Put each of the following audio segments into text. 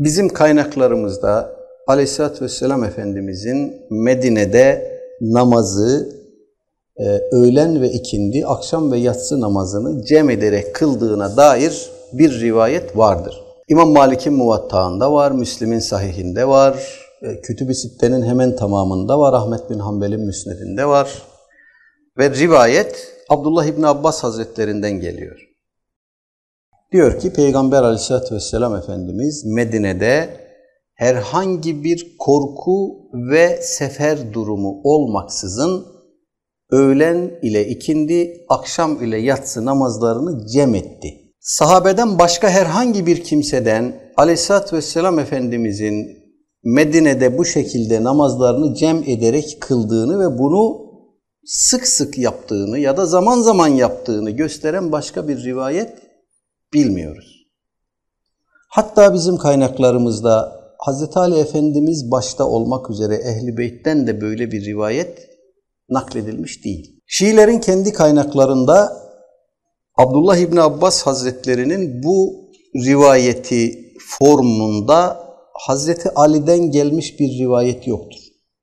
Bizim kaynaklarımızda Aleyhisselatü Vesselam Efendimizin Medine'de namazı öğlen ve ikindi, akşam ve yatsı namazını cem ederek kıldığına dair bir rivayet vardır. İmam Malik'in Muvatta'ında var, Müslim'in Sahih'inde var, Kütüb-i Sitte'nin hemen tamamında var, Ahmet bin Hanbel'in Müsned'inde var. Ve rivayet Abdullah İbni Abbas Hazretlerinden geliyor. Diyor ki Peygamber Aleyhisselatü Vesselam Efendimiz Medine'de herhangi bir korku ve sefer durumu olmaksızın öğlen ile ikindi, akşam ile yatsı namazlarını cem etti. Sahabeden başka herhangi bir kimseden Aleyhisselatü Vesselam Efendimizin Medine'de bu şekilde namazlarını cem ederek kıldığını ve bunu sık sık yaptığını ya da zaman zaman yaptığını gösteren başka bir rivayet bilmiyoruz. Hatta bizim kaynaklarımızda Hazreti Ali Efendimiz başta olmak üzere Ehl-i Beyt'ten de böyle bir rivayet nakledilmiş değil. Şiilerin kendi kaynaklarında Abdullah İbni Abbas Hazretlerinin bu rivayeti formunda Hazreti Ali'den gelmiş bir rivayet yoktur.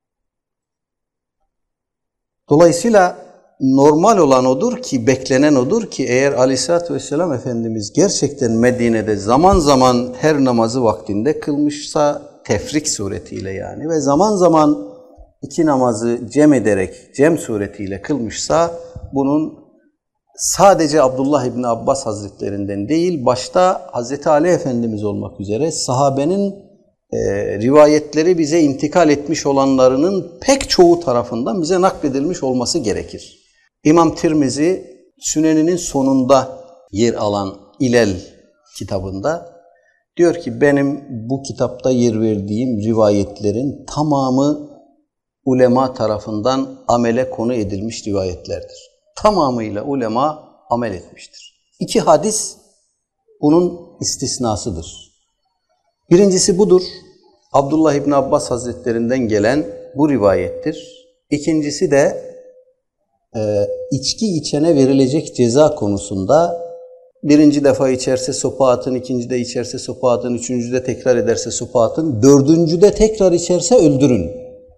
Dolayısıyla normal olan odur ki, beklenen odur ki eğer Aleyhisselatü Vesselam Efendimiz gerçekten Medine'de zaman zaman her namazı vaktinde kılmışsa, tefrik suretiyle yani ve zaman zaman iki namazı cem ederek, cem suretiyle kılmışsa bunun sadece Abdullah İbni Abbas Hazretlerinden değil, başta Hazreti Ali Efendimiz olmak üzere sahabenin rivayetleri bize intikal etmiş olanlarının pek çoğu tarafından bize nakledilmiş olması gerekir. İmam Tirmizi Süneninin sonunda yer alan İlel kitabında diyor ki benim bu kitapta yer verdiğim rivayetlerin tamamı ulema tarafından amele konu edilmiş rivayetlerdir. Tamamıyla ulema amel etmiştir. İki hadis bunun istisnasıdır. Birincisi budur. Abdullah İbni Abbas Hazretlerinden gelen bu rivayettir. İkincisi de içki içene verilecek ceza konusunda birinci defa içerse sopa atın, ikinci de içerse sopa atın, üçüncü de tekrar ederse sopa atın, dördüncü de tekrar içerse öldürün.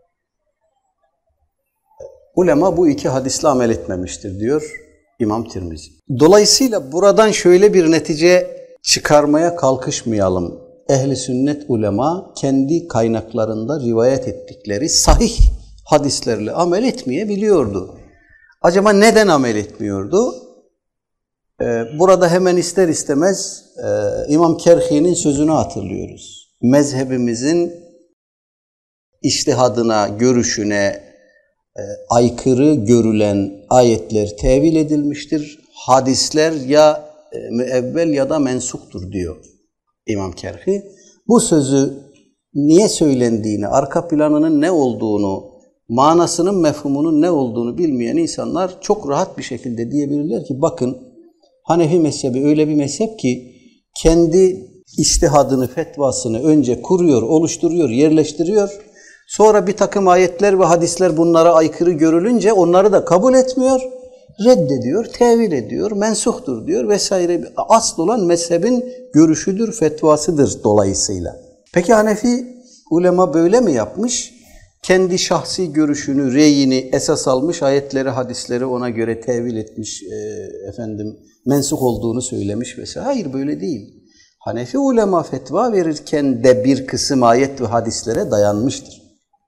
Ulema bu iki hadisle amel etmemiştir diyor İmam Tirmizi. Dolayısıyla buradan şöyle bir netice çıkarmaya kalkışmayalım. Ehli sünnet ulema kendi kaynaklarında rivayet ettikleri sahih hadislerle amel etmeyebiliyordu. Acaba neden amel etmiyordu? Burada hemen ister istemez İmam Kerhi'nin sözünü hatırlıyoruz. Mezhebimizin içtihadına, görüşüne aykırı görülen ayetler tevil edilmiştir. Hadisler ya müevvel ya da mensuktur diyor İmam Kerhi. Bu sözü niye söylendiğini, arka planının ne olduğunu, manasının, mefhumunun ne olduğunu bilmeyen insanlar çok rahat bir şekilde diyebilirler ki bakın Hanefi mezhebi öyle bir mezhep ki kendi içtihadını, fetvasını önce kuruyor, oluşturuyor, yerleştiriyor. Sonra bir takım ayetler ve hadisler bunlara aykırı görülünce onları da kabul etmiyor, reddediyor, tevil ediyor, mensuhtur diyor vesaire. Asıl olan mezhebin görüşüdür, fetvasıdır dolayısıyla. Peki Hanefi ulema böyle mi yapmış? Kendi şahsi görüşünü, reyini esas almış, ayetleri, hadisleri ona göre tevil etmiş, mensuh olduğunu söylemiş vesaire. Hayır, böyle değil. Hanefi ulema fetva verirken de bir kısım ayet ve hadislere dayanmıştır.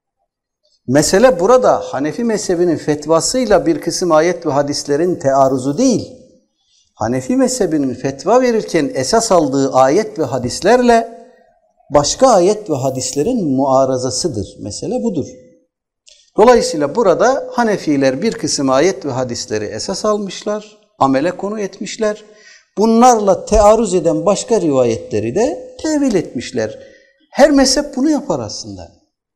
Mesele burada Hanefi mezhebinin fetvasıyla bir kısım ayet ve hadislerin tearuzu değil. Hanefi mezhebinin fetva verirken esas aldığı ayet ve hadislerle başka ayet ve hadislerin muarazasıdır. Mesele budur. Dolayısıyla burada Hanefiler bir kısım ayet ve hadisleri esas almışlar, amele konu etmişler. Bunlarla tearruz eden başka rivayetleri de tevil etmişler. Her mezhep bunu yapar aslında.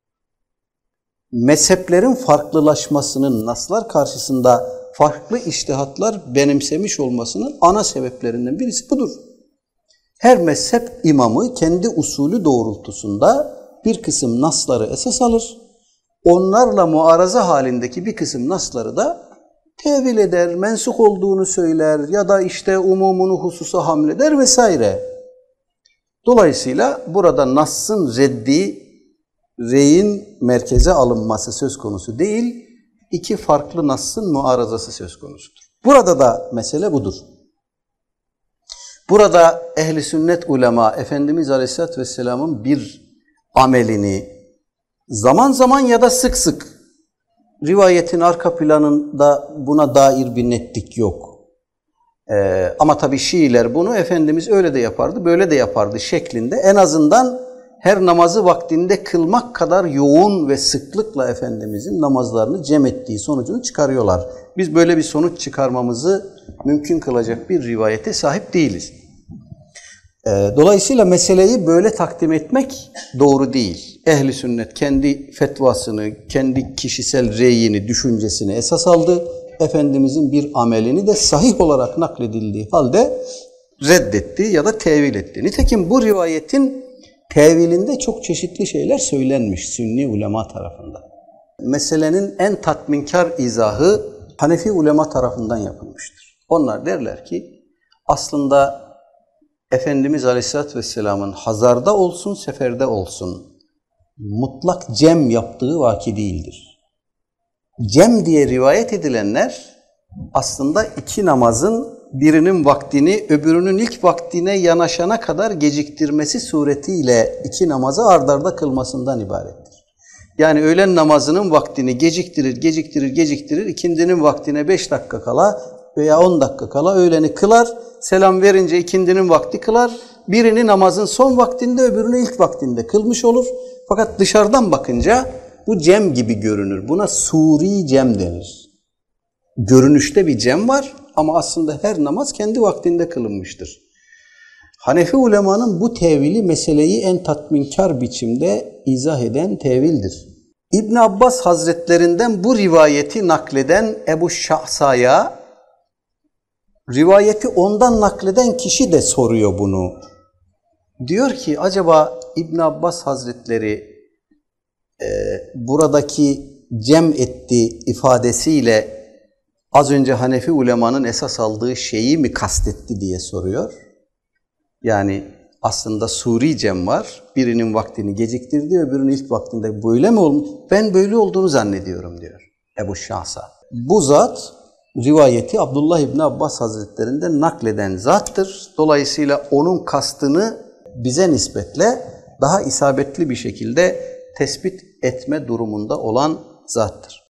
Mezheplerin farklılaşmasının naslar karşısında farklı içtihatlar benimsemiş olmasının ana sebeplerinden birisi budur. Her mezhep imamı kendi usulü doğrultusunda bir kısım nasları esas alır. Onlarla muaraza halindeki bir kısım nasları da tevil eder, mensuh olduğunu söyler ya da işte umumunu hususa hamleder vesaire. Dolayısıyla burada Nass'ın reddi, reyin merkeze alınması söz konusu değil, iki farklı Nass'ın muarazası söz konusudur. Burada da mesele budur. Burada ehli sünnet ulema Efendimiz Aleyhisselatü Vesselam'ın bir amelini zaman zaman ya da sık sık, rivayetin arka planında buna dair bir netlik yok. Ama tabii Şiiler bunu Efendimiz öyle de yapardı, böyle de yapardı şeklinde en azından her namazı vaktinde kılmak kadar yoğun ve sıklıkla Efendimizin namazlarını cem ettiği sonucunu çıkarıyorlar. Biz böyle bir sonuç çıkarmamızı mümkün kılacak bir rivayete sahip değiliz. Dolayısıyla meseleyi böyle takdim etmek doğru değil. Ehli sünnet kendi fetvasını, kendi kişisel reyini, düşüncesini esas aldı. Efendimizin bir amelini de sahih olarak nakledildiği halde reddetti ya da tevil etti. Nitekim bu rivayetin tevilinde çok çeşitli şeyler söylenmiş Sünni ulema tarafından. Meselenin en tatminkar izahı Hanefi ulema tarafından yapılmıştır. Onlar derler ki aslında Efendimiz Aleyhisselatü Vesselam'ın hazarda olsun, seferde olsun mutlak cem yaptığı vaki değildir. Cem diye rivayet edilenler aslında iki namazın birinin vaktini öbürünün ilk vaktine yanaşana kadar geciktirmesi suretiyle iki namazı ard arda kılmasından ibarettir. Yani öğlen namazının vaktini geciktirir, ikindinin vaktine 5 dakika kala veya 10 dakika kala öğleni kılar, selam verince ikindinin vakti kılar, birini namazın son vaktinde öbürünü ilk vaktinde kılmış olur. Fakat dışarıdan bakınca bu cem gibi görünür. Buna suri cem denir. Görünüşte bir cem var ama aslında her namaz kendi vaktinde kılınmıştır. Hanefi ulemanın bu tevili meseleyi en tatminkar biçimde izah eden tevildir. İbn Abbas Hazretlerinden bu rivayeti nakleden Ebu Şahsa'ya rivayeti ondan nakleden kişi de soruyor bunu. Diyor ki acaba İbn Abbas Hazretleri buradaki cem etti ifadesiyle az önce Hanefi ulemanın esas aldığı şeyi mi kastetti diye soruyor. Yani aslında suri cem var. Birinin vaktini geciktirdi, öbürünün ilk vaktinde böyle mi olmuş? Ben böyle olduğunu zannediyorum diyor Ebu Şahsa. Bu zat rivayeti Abdullah İbni Abbas Hazretlerinden nakleden zattır. Dolayısıyla onun kastını bize nispetle daha isabetli bir şekilde tespit etme durumunda olan zattır.